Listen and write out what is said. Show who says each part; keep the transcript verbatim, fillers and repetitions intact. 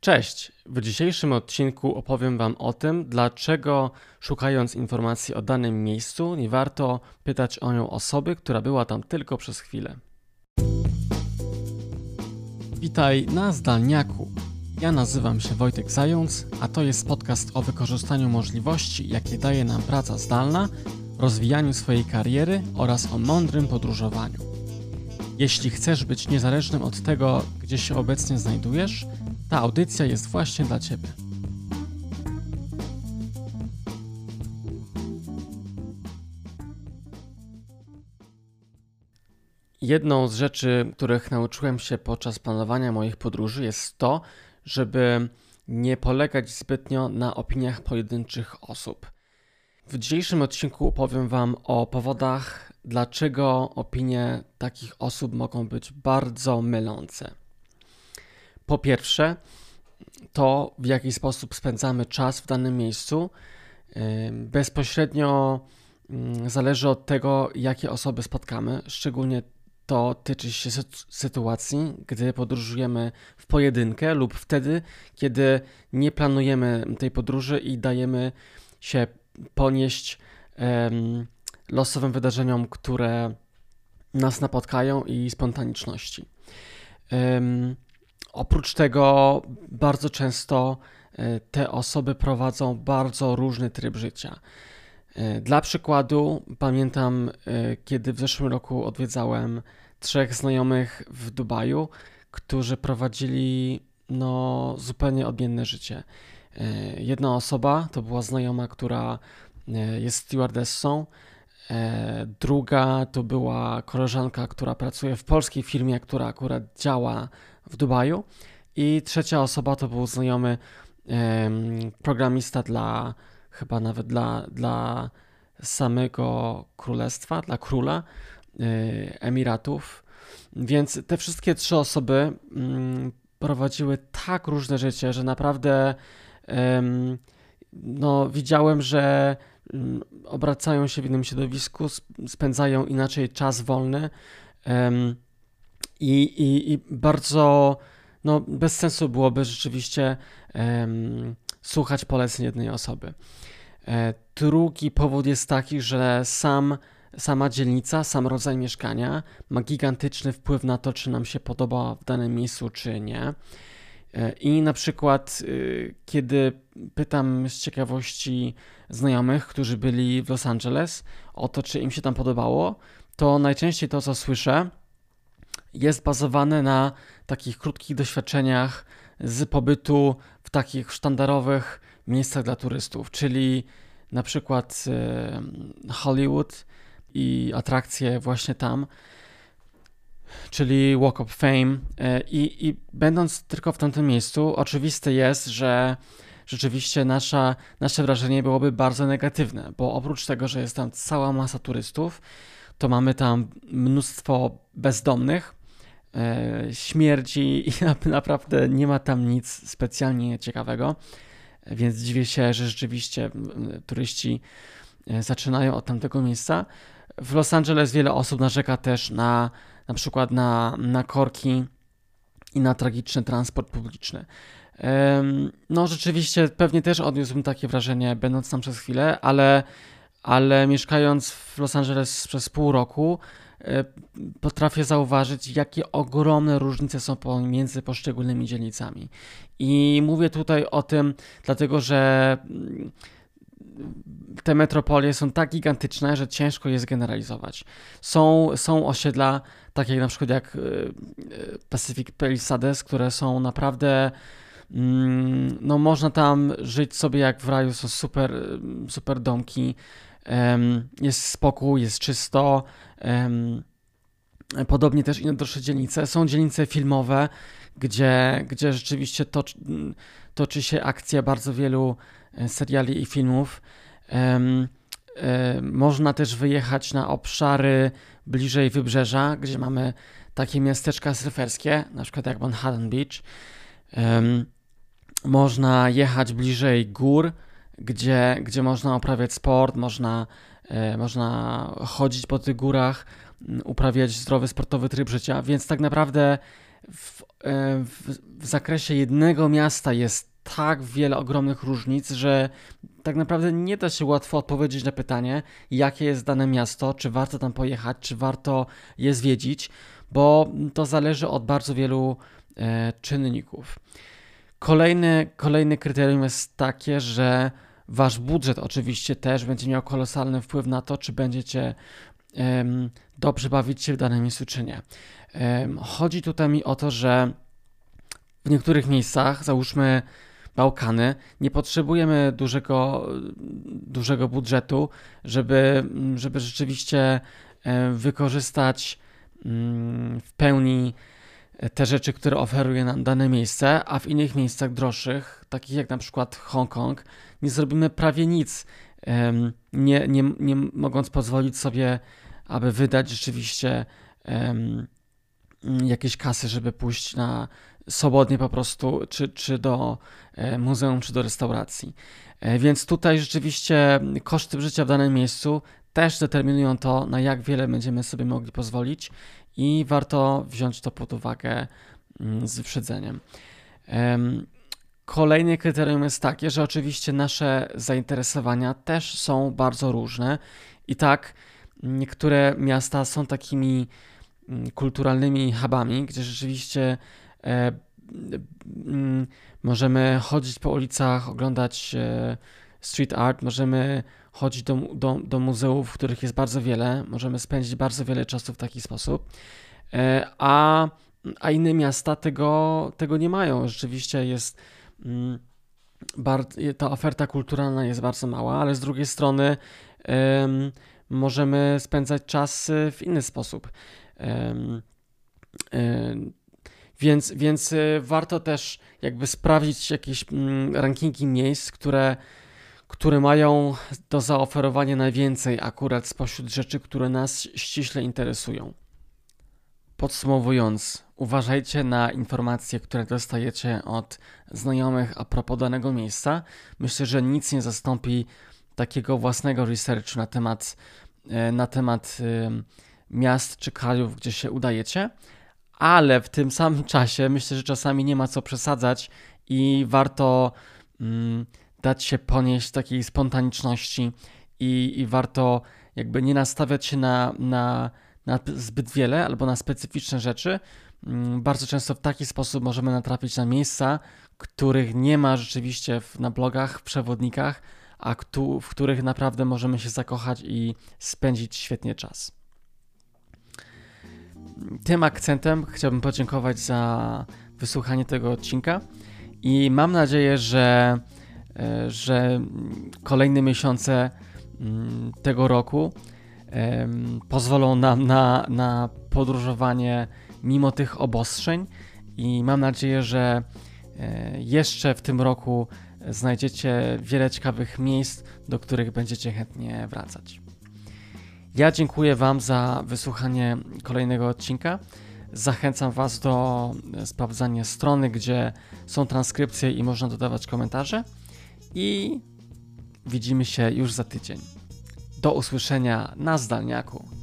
Speaker 1: Cześć! W dzisiejszym odcinku opowiem Wam o tym, dlaczego szukając informacji o danym miejscu nie warto pytać o nią osoby, która była tam tylko przez chwilę. Witaj na Zdalniaku. Ja nazywam się Wojtek Zając, a to jest podcast o wykorzystaniu możliwości, jakie daje nam praca zdalna, rozwijaniu swojej kariery oraz o mądrym podróżowaniu. Jeśli chcesz być niezależnym od tego, gdzie się obecnie znajdujesz, ta audycja jest właśnie dla Ciebie. Jedną z rzeczy, których nauczyłem się podczas planowania moich podróży, jest to, żeby nie polegać zbytnio na opiniach pojedynczych osób. W dzisiejszym odcinku opowiem Wam o powodach, dlaczego opinie takich osób mogą być bardzo mylące. Po pierwsze, to w jaki sposób spędzamy czas w danym miejscu bezpośrednio zależy od tego, jakie osoby spotkamy. Szczególnie to tyczy się sytuacji, gdy podróżujemy w pojedynkę lub wtedy, kiedy nie planujemy tej podróży i dajemy się ponieść um, losowym wydarzeniom, które nas napotkają i spontaniczności. Um, Oprócz tego bardzo często te osoby prowadzą bardzo różny tryb życia. Dla przykładu pamiętam, kiedy w zeszłym roku odwiedzałem trzech znajomych w Dubaju, którzy prowadzili no, zupełnie odmienne życie. Jedna osoba to była znajoma, która jest stewardessą, druga to była koleżanka, która pracuje w polskiej firmie, która akurat działa w Dubaju, i trzecia osoba to był znajomy um, programista dla, chyba nawet dla, dla samego królestwa, dla króla y, Emiratów. Więc te wszystkie trzy osoby um, prowadziły tak różne życie, że naprawdę um, no, widziałem, że um, obracają się w innym środowisku, spędzają inaczej czas wolny um, i, i, i bardzo no, bez sensu byłoby rzeczywiście um, słuchać poleceń jednej osoby. E, drugi powód jest taki, że sam, sama dzielnica, sam rodzaj mieszkania ma gigantyczny wpływ na to, czy nam się podoba w danym miejscu, czy nie. E, I na przykład, y, kiedy pytam z ciekawości znajomych, którzy byli w Los Angeles, o to, czy im się tam podobało, to najczęściej to, co słyszę, jest bazowane na takich krótkich doświadczeniach z pobytu w takich sztandarowych miejscach dla turystów, czyli na przykład Hollywood i atrakcje właśnie tam, czyli Walk of Fame. I, i będąc tylko w tamtym miejscu, oczywiste jest, że rzeczywiście nasza, nasze wrażenie byłoby bardzo negatywne, bo oprócz tego, że jest tam cała masa turystów, to mamy tam mnóstwo bezdomnych, śmierdzi i naprawdę nie ma tam nic specjalnie ciekawego, więc dziwię się, że rzeczywiście turyści zaczynają od tamtego miejsca. W Los Angeles wiele osób narzeka też na na przykład na, na korki i na tragiczny transport publiczny. No rzeczywiście pewnie też odniósłbym takie wrażenie, będąc tam przez chwilę, ale, ale mieszkając w Los Angeles przez pół roku, potrafię zauważyć, jakie ogromne różnice są pomiędzy poszczególnymi dzielnicami. I mówię tutaj o tym, dlatego że te metropolie są tak gigantyczne, że ciężko je zgeneralizować. Są, są osiedla, takie jak na przykład jak Pacific Palisades, które są naprawdę, no można tam żyć sobie jak w raju, są super, super domki, jest spokój, jest czysto. Podobnie też i na droższe dzielnice. Są dzielnice filmowe, gdzie, gdzie rzeczywiście toczy, toczy się akcja bardzo wielu seriali i filmów. Um, um, można też wyjechać na obszary bliżej wybrzeża, gdzie mamy takie miasteczka surferskie, na przykład jak Manhattan Beach. Um, można jechać bliżej gór, gdzie, gdzie można uprawiać sport, można, e, można chodzić po tych górach, uprawiać zdrowy, sportowy tryb życia, więc tak naprawdę w, w, w zakresie jednego miasta jest tak wiele ogromnych różnic, że tak naprawdę nie da się łatwo odpowiedzieć na pytanie, jakie jest dane miasto, czy warto tam pojechać, czy warto je zwiedzić, bo to zależy od bardzo wielu e, czynników. Kolejny, kolejny kryterium jest takie, że wasz budżet oczywiście też będzie miał kolosalny wpływ na to, czy będziecie em, dobrze bawić się w danym miejscu, czy nie. Em, chodzi tutaj mi o to, że w niektórych miejscach, załóżmy Bałkany, nie potrzebujemy dużego, dużego budżetu, żeby, żeby rzeczywiście wykorzystać w pełni te rzeczy, które oferuje nam dane miejsce, a w innych miejscach droższych, takich jak na przykład Hongkong, nie zrobimy prawie nic, nie, nie, nie mogąc pozwolić sobie, aby wydać rzeczywiście jakieś kasy, żeby pójść na swobodnie po prostu, czy, czy do muzeum, czy do restauracji. Więc tutaj rzeczywiście koszty życia w danym miejscu też determinują to, na jak wiele będziemy sobie mogli pozwolić i warto wziąć to pod uwagę z wyprzedzeniem. Kolejne kryterium jest takie, że oczywiście nasze zainteresowania też są bardzo różne i tak niektóre miasta są takimi kulturalnymi hubami, gdzie rzeczywiście e, m, możemy chodzić po ulicach, oglądać e, street art, możemy chodzić do, do, do muzeów, w których jest bardzo wiele, możemy spędzić bardzo wiele czasu w taki sposób, e, a, a inne miasta tego, tego nie mają. Rzeczywiście jest m, bar, ta oferta kulturalna jest bardzo mała, ale z drugiej strony e, możemy spędzać czas w inny sposób. Um, um, więc, więc warto też jakby sprawdzić jakieś mm, rankingi miejsc, które, które mają do zaoferowania najwięcej akurat spośród rzeczy, które nas ściśle interesują. Podsumowując, uważajcie na informacje, które dostajecie od znajomych a propos danego miejsca. Myślę, że nic nie zastąpi takiego własnego researchu na temat, na temat miast czy krajów, gdzie się udajecie, ale w tym samym czasie myślę, że czasami nie ma co przesadzać i warto mm, dać się ponieść takiej spontaniczności i, i warto jakby nie nastawiać się na, na, na zbyt wiele albo na specyficzne rzeczy. Mm, bardzo często w taki sposób możemy natrafić na miejsca, których nie ma rzeczywiście w, na blogach, w przewodnikach, a ktu, w których naprawdę możemy się zakochać i spędzić świetnie czas. Tym akcentem chciałbym podziękować za wysłuchanie tego odcinka i mam nadzieję, że, że kolejne miesiące tego roku pozwolą nam na, na podróżowanie mimo tych obostrzeń i mam nadzieję, że jeszcze w tym roku znajdziecie wiele ciekawych miejsc, do których będziecie chętnie wracać. Ja dziękuję Wam za wysłuchanie kolejnego odcinka. Zachęcam Was do sprawdzania strony, gdzie są transkrypcje i można dodawać komentarze. I widzimy się już za tydzień. Do usłyszenia na zdalniaku.